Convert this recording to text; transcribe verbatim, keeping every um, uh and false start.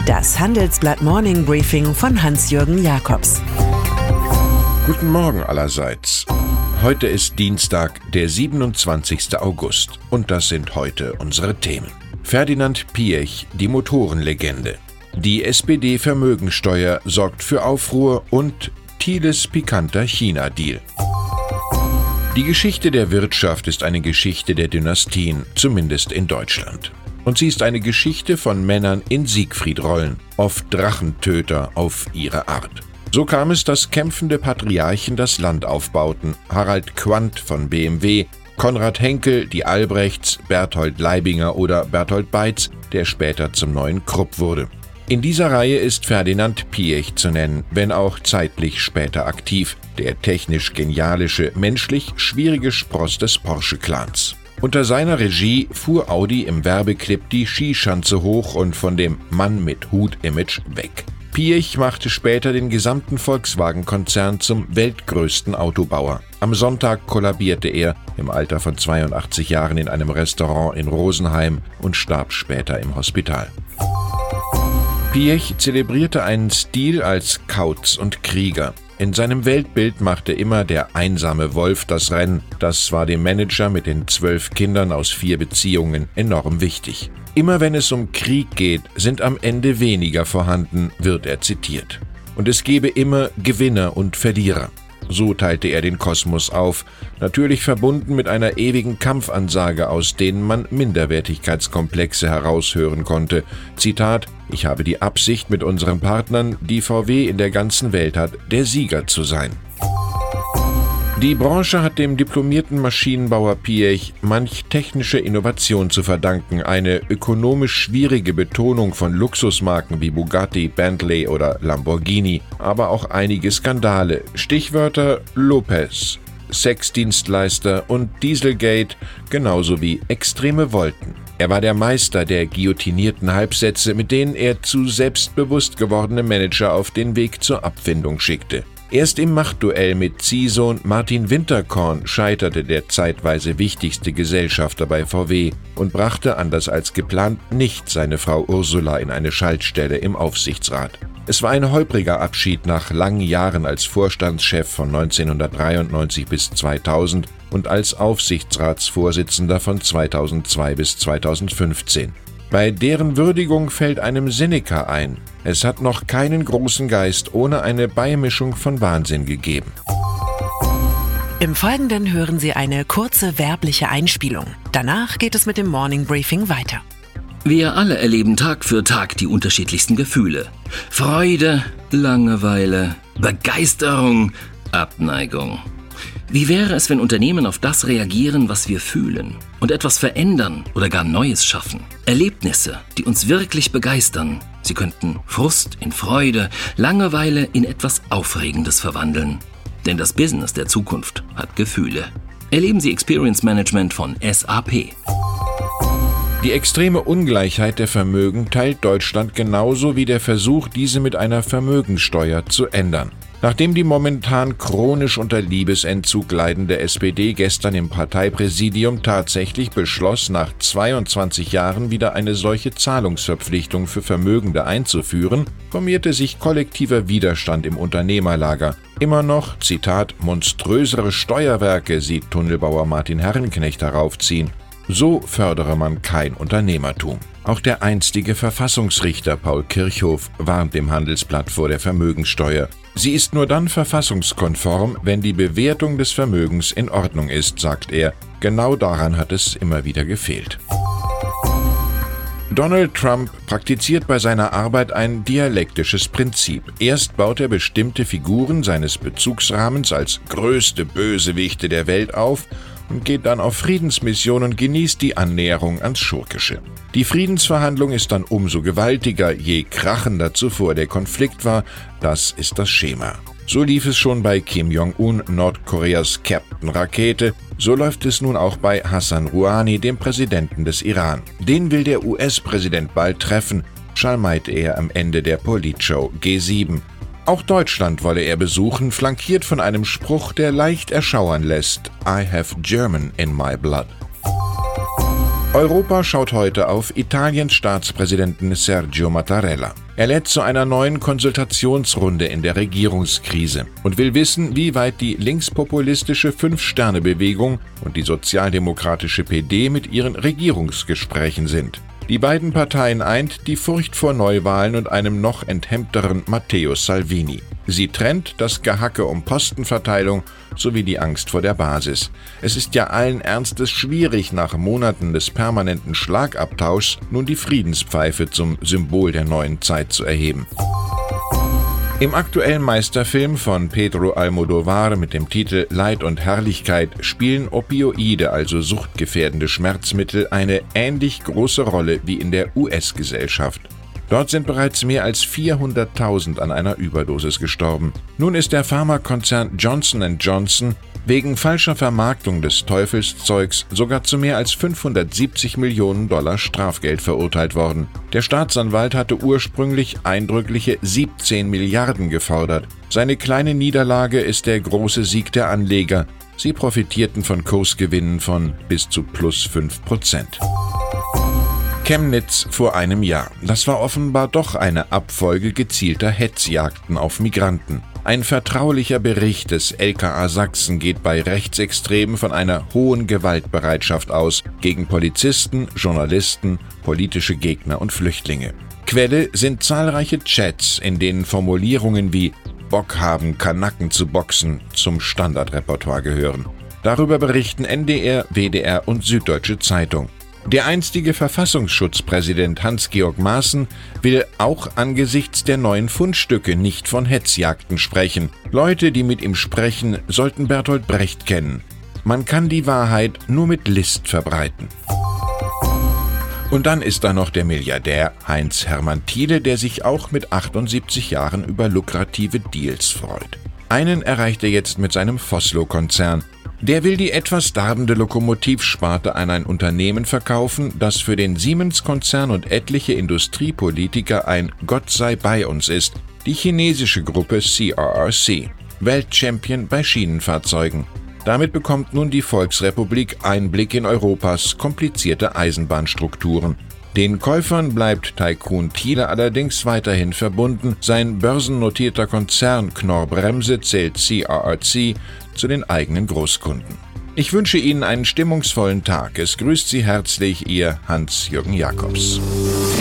Das Handelsblatt Morning Briefing von Hans-Jürgen Jakobs. Guten Morgen allerseits. Heute ist Dienstag, der siebenundzwanzigster August, und das sind heute unsere Themen. Ferdinand Piëch, die Motorenlegende. Die S P D-Vermögensteuer sorgt für Aufruhr und Thieles pikanter China-Deal. Die Geschichte der Wirtschaft ist eine Geschichte der Dynastien, zumindest in Deutschland. Und sie ist eine Geschichte von Männern in Siegfried-Rollen, oft Drachentöter auf ihre Art. So kam es, dass kämpfende Patriarchen das Land aufbauten. Harald Quandt von B M W, Konrad Henkel, die Albrechts, Berthold Leibinger oder Bertolt Beitz, der später zum neuen Krupp wurde. In dieser Reihe ist Ferdinand Piëch zu nennen, wenn auch zeitlich später aktiv, der technisch genialische, menschlich schwierige Spross des Porsche-Clans. Unter seiner Regie fuhr Audi im Werbeclip die Skischanze hoch und von dem Mann mit Hut-Image weg. Piëch machte später den gesamten Volkswagen-Konzern zum weltgrößten Autobauer. Am Sonntag kollabierte er im Alter von zweiundachtzig Jahren in einem Restaurant in Rosenheim und starb später im Hospital. Piëch zelebrierte einen Stil als Kauz und Krieger. In seinem Weltbild machte immer der einsame Wolf das Rennen. Das war dem Manager mit den zwölf Kindern aus vier Beziehungen enorm wichtig. Immer wenn es um Krieg geht, sind am Ende weniger vorhanden, wird er zitiert. Und es gebe immer Gewinner und Verlierer. So teilte er den Kosmos auf, natürlich verbunden mit einer ewigen Kampfansage, aus denen man Minderwertigkeitskomplexe heraushören konnte. Zitat: Ich habe die Absicht, mit unseren Partnern, die V W in der ganzen Welt hat, der Sieger zu sein. Die Branche hat dem diplomierten Maschinenbauer Piëch manch technische Innovation zu verdanken, eine ökonomisch schwierige Betonung von Luxusmarken wie Bugatti, Bentley oder Lamborghini, aber auch einige Skandale, Stichwörter Lopez, Sexdienstleister und Dieselgate, genauso wie extreme Wolken. Er war der Meister der guillotinierten Halbsätze, mit denen er zu selbstbewusst gewordene Manager auf den Weg zur Abfindung schickte. Erst im Machtduell mit Ziehsohn Martin Winterkorn scheiterte der zeitweise wichtigste Gesellschafter bei V W und brachte, anders als geplant, nicht seine Frau Ursula in eine Schaltstelle im Aufsichtsrat. Es war ein holpriger Abschied nach langen Jahren als Vorstandschef von neunzehnhundertdreiundneunzig bis zweitausend und als Aufsichtsratsvorsitzender von zweitausendzwei bis zweitausendfünfzehn. Bei deren Würdigung fällt einem Seneca ein: Es hat noch keinen großen Geist ohne eine Beimischung von Wahnsinn gegeben. Im Folgenden hören Sie eine kurze werbliche Einspielung. Danach geht es mit dem Morning Briefing weiter. Wir alle erleben Tag für Tag die unterschiedlichsten Gefühle. Freude, Langeweile, Begeisterung, Abneigung. Wie wäre es, wenn Unternehmen auf das reagieren, was wir fühlen und etwas verändern oder gar Neues schaffen? Erlebnisse, die uns wirklich begeistern. Sie könnten Frust in Freude, Langeweile in etwas Aufregendes verwandeln. Denn das Business der Zukunft hat Gefühle. Erleben Sie Experience Management von S A P. Die extreme Ungleichheit der Vermögen teilt Deutschland genauso wie der Versuch, diese mit einer Vermögensteuer zu ändern. Nachdem die momentan chronisch unter Liebesentzug leidende S P D gestern im Parteipräsidium tatsächlich beschloss, nach zweiundzwanzig Jahren wieder eine solche Zahlungsverpflichtung für Vermögende einzuführen, formierte sich kollektiver Widerstand im Unternehmerlager. Immer noch, Zitat, monströsere Steuerwerke sieht Tunnelbauer Martin Herrenknecht heraufziehen. So fördere man kein Unternehmertum. Auch der einstige Verfassungsrichter Paul Kirchhoff warnt dem Handelsblatt vor der Vermögensteuer. Sie ist nur dann verfassungskonform, wenn die Bewertung des Vermögens in Ordnung ist, sagt er. Genau daran hat es immer wieder gefehlt. Donald Trump praktiziert bei seiner Arbeit ein dialektisches Prinzip. Erst baut er bestimmte Figuren seines Bezugsrahmens als größte Bösewichte der Welt auf und geht dann auf Friedensmission und genießt die Annäherung ans Schurkische. Die Friedensverhandlung ist dann umso gewaltiger, je krachender zuvor der Konflikt war. Das ist das Schema. So lief es schon bei Kim Jong-un, Nordkoreas Captain Rakete. So läuft es nun auch bei Hassan Rouhani, dem Präsidenten des Iran. Den will der U S-Präsident bald treffen, schalmeite er am Ende der Politshow G sieben. Auch Deutschland wolle er besuchen, flankiert von einem Spruch, der leicht erschauern lässt: I have German in my blood. Europa schaut heute auf Italiens Staatspräsidenten Sergio Mattarella. Er lädt zu einer neuen Konsultationsrunde in der Regierungskrise und will wissen, wie weit die linkspopulistische Fünf-Sterne-Bewegung und die sozialdemokratische P D mit ihren Regierungsgesprächen sind. Die beiden Parteien eint die Furcht vor Neuwahlen und einem noch enthemmteren Matteo Salvini. Sie trennt das Gehacke um Postenverteilung sowie die Angst vor der Basis. Es ist ja allen Ernstes schwierig, nach Monaten des permanenten Schlagabtauschs nun die Friedenspfeife zum Symbol der neuen Zeit zu erheben. Im aktuellen Meisterfilm von Pedro Almodóvar mit dem Titel Leid und Herrlichkeit spielen Opioide, also suchtgefährdende Schmerzmittel, eine ähnlich große Rolle wie in der U S-Gesellschaft. Dort sind bereits mehr als vierhunderttausend an einer Überdosis gestorben. Nun ist der Pharmakonzern Johnson and Johnson wegen falscher Vermarktung des Teufelszeugs sogar zu mehr als fünfhundertsiebzig Millionen Dollar Strafgeld verurteilt worden. Der Staatsanwalt hatte ursprünglich eindrückliche siebzehn Milliarden gefordert. Seine kleine Niederlage ist der große Sieg der Anleger. Sie profitierten von Kursgewinnen von bis zu plus fünf Prozent. Chemnitz vor einem Jahr. Das war offenbar doch eine Abfolge gezielter Hetzjagden auf Migranten. Ein vertraulicher Bericht des L K A Sachsen geht bei Rechtsextremen von einer hohen Gewaltbereitschaft aus gegen Polizisten, Journalisten, politische Gegner und Flüchtlinge. Quelle sind zahlreiche Chats, in denen Formulierungen wie Bock haben, Kanaken zu boxen zum Standardrepertoire gehören. Darüber berichten N D R, W D R und Süddeutsche Zeitung. Der einstige Verfassungsschutzpräsident Hans-Georg Maaßen will auch angesichts der neuen Fundstücke nicht von Hetzjagden sprechen. Leute, die mit ihm sprechen, sollten Bertolt Brecht kennen. Man kann die Wahrheit nur mit List verbreiten. Und dann ist da noch der Milliardär Heinz-Hermann Thiele, der sich auch mit achtundsiebzig Jahren über lukrative Deals freut. Einen erreicht er jetzt mit seinem Vossloh-Konzern. Der will die etwas darbende Lokomotivsparte an ein Unternehmen verkaufen, das für den Siemens-Konzern und etliche Industriepolitiker ein Gott sei bei uns ist, die chinesische Gruppe C R R C, Weltchampion bei Schienenfahrzeugen. Damit bekommt nun die Volksrepublik Einblick in Europas komplizierte Eisenbahnstrukturen. Den Käufern bleibt Tycoon Thiele allerdings weiterhin verbunden. Sein börsennotierter Konzern Knorr-Bremse zählt C R R C zu den eigenen Großkunden. Ich wünsche Ihnen einen stimmungsvollen Tag. Es grüßt Sie herzlich Ihr Hans-Jürgen Jakobs.